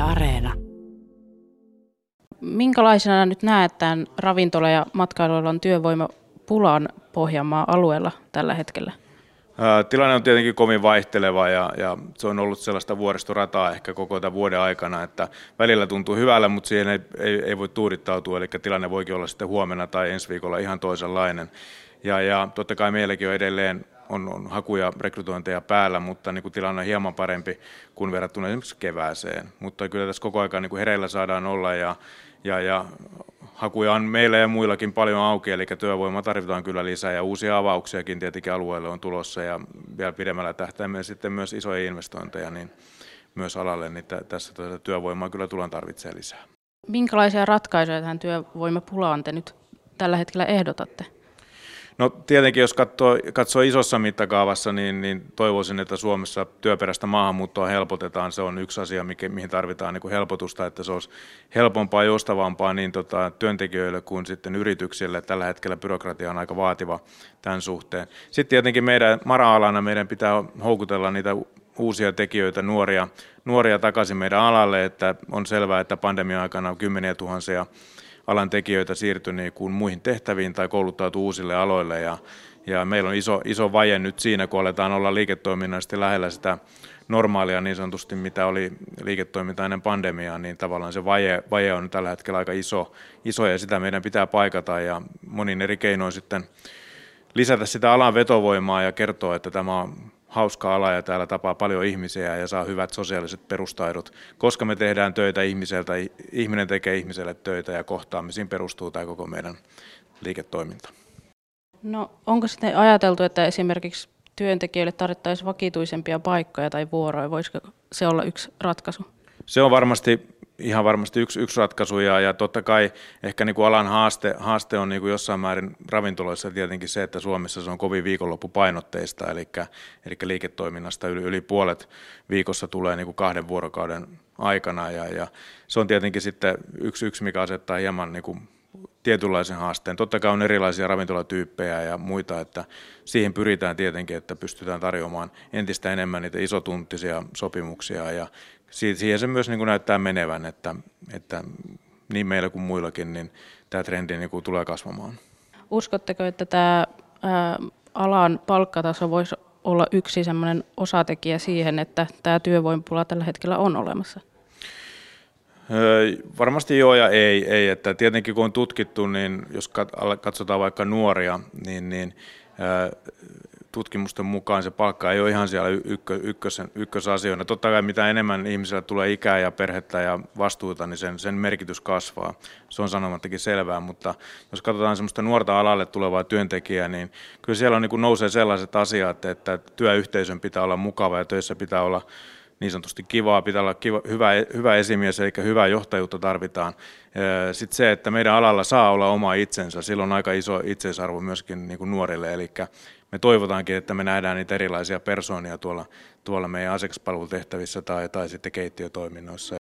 Areena. Minkälaisena nyt näet tämän ravintola- ja matkailualan työvoimapulan Pohjanmaan alueella tällä hetkellä? Tilanne on tietenkin kovin vaihteleva ja se on ollut sellaista vuoristorataa ehkä koko tämän vuoden aikana, että välillä tuntuu hyvällä, mutta siihen ei voi tuudittautua, eli tilanne voikin olla sitten huomenna tai ensi viikolla ihan toisenlainen. Ja totta kai meilläkin on edelleen on hakuja, rekrytointeja päällä, mutta niin kuin tilanne on hieman parempi kuin verrattuna esimerkiksi kevääseen. Mutta kyllä tässä koko ajan niin kuin hereillä saadaan olla ja hakuja on meillä ja muillakin paljon auki, eli työvoimaa tarvitaan kyllä lisää ja uusia avauksiakin tietenkin alueelle on tulossa ja vielä pidemmällä tähtäimellä sitten myös isoja investointeja niin myös alalle, niin tässä työvoimaa kyllä tullaan tarvitsemaan lisää. Minkälaisia ratkaisuja tähän työvoimapulaan te nyt tällä hetkellä ehdotatte? No tietenkin, jos katsoo isossa mittakaavassa, niin toivoisin, että Suomessa työperäistä maahanmuuttoa helpotetaan. Se on yksi asia, mihin tarvitaan niin kuin helpotusta, että se olisi helpompaa ja joustavampaa niin työntekijöille kuin sitten yrityksille. Tällä hetkellä byrokratia on aika vaativa tämän suhteen. Sitten tietenkin meidän mara-alana meidän pitää houkutella niitä uusia tekijöitä, nuoria takaisin meidän alalle, että on selvää, että pandemian aikana on kymmeniä tuhansia alan tekijöitä siirtyi niin kuin muihin tehtäviin tai kouluttautuu uusille aloille ja meillä on iso vaje nyt siinä, kun aletaan olla liiketoiminnallisesti lähellä sitä normaalia niin sanotusti, mitä oli liiketoiminta ennen pandemiaa, niin tavallaan se vaje on tällä hetkellä aika iso ja sitä meidän pitää paikata ja monin eri keinoin sitten lisätä sitä alan vetovoimaa ja kertoa, että tämä on hauska ala ja täällä tapaa paljon ihmisiä ja saa hyvät sosiaaliset perustaidot. Koska me tehdään töitä ihmiseltä, ihminen tekee ihmiselle töitä ja kohtaamisiin perustuu tämä koko meidän liiketoiminta. No onko sitten ajateltu, että esimerkiksi työntekijöille tarvittaisiin vakituisempia paikkoja tai vuoroja? Voisiko se olla yksi ratkaisu? Se on ihan varmasti yksi ratkaisu ja totta kai ehkä niin kuin alan haaste on niin kuin jossain määrin ravintoloissa tietenkin se, että Suomessa se on kovin viikonloppupainotteista, eli liiketoiminnasta yli puolet viikossa tulee niin kuin 2 vuorokauden aikana ja se on tietenkin sitten yksi mikä asettaa hieman niin kuin tietynlaisen haasteen. Totta kai on erilaisia ravintolatyyppejä ja muita, että siihen pyritään tietenkin, että pystytään tarjoamaan entistä enemmän niitä isotuntisia sopimuksia ja siihen se myös niin kuin näyttää menevän, että niin meillä kuin muillakin niin tämä trendi niin kuin tulee kasvamaan. Uskotteko, että tämä alan palkkataso voisi olla yksi sellainen osatekijä siihen, että tämä työvoimapula tällä hetkellä on olemassa? Varmasti joo ja ei. Että tietenkin kun on tutkittu, niin jos katsotaan vaikka nuoria, niin tutkimusten mukaan se palkka ei ole ihan siellä ykkösasioina. Totta kai mitä enemmän ihmisillä tulee ikää ja perhettä ja vastuuta, niin sen merkitys kasvaa. Se on sanomattakin selvää, mutta jos katsotaan semmoista nuorta alalle tulevaa työntekijää, niin kyllä siellä on, niin kuin nousee sellaiset asiat, että työyhteisön pitää olla mukava ja töissä pitää olla niin sanotusti kivaa, pitää olla hyvä esimies, eli hyvää johtajuutta tarvitaan. Sitten se, että meidän alalla saa olla oma itsensä, sillä on aika iso itseisarvo myöskin niin kuin nuorille, eli me toivotaankin, että me nähdään niitä erilaisia persoonia tuolla meidän asiakaspalvelutehtävissä tai sitten keittiötoiminnoissa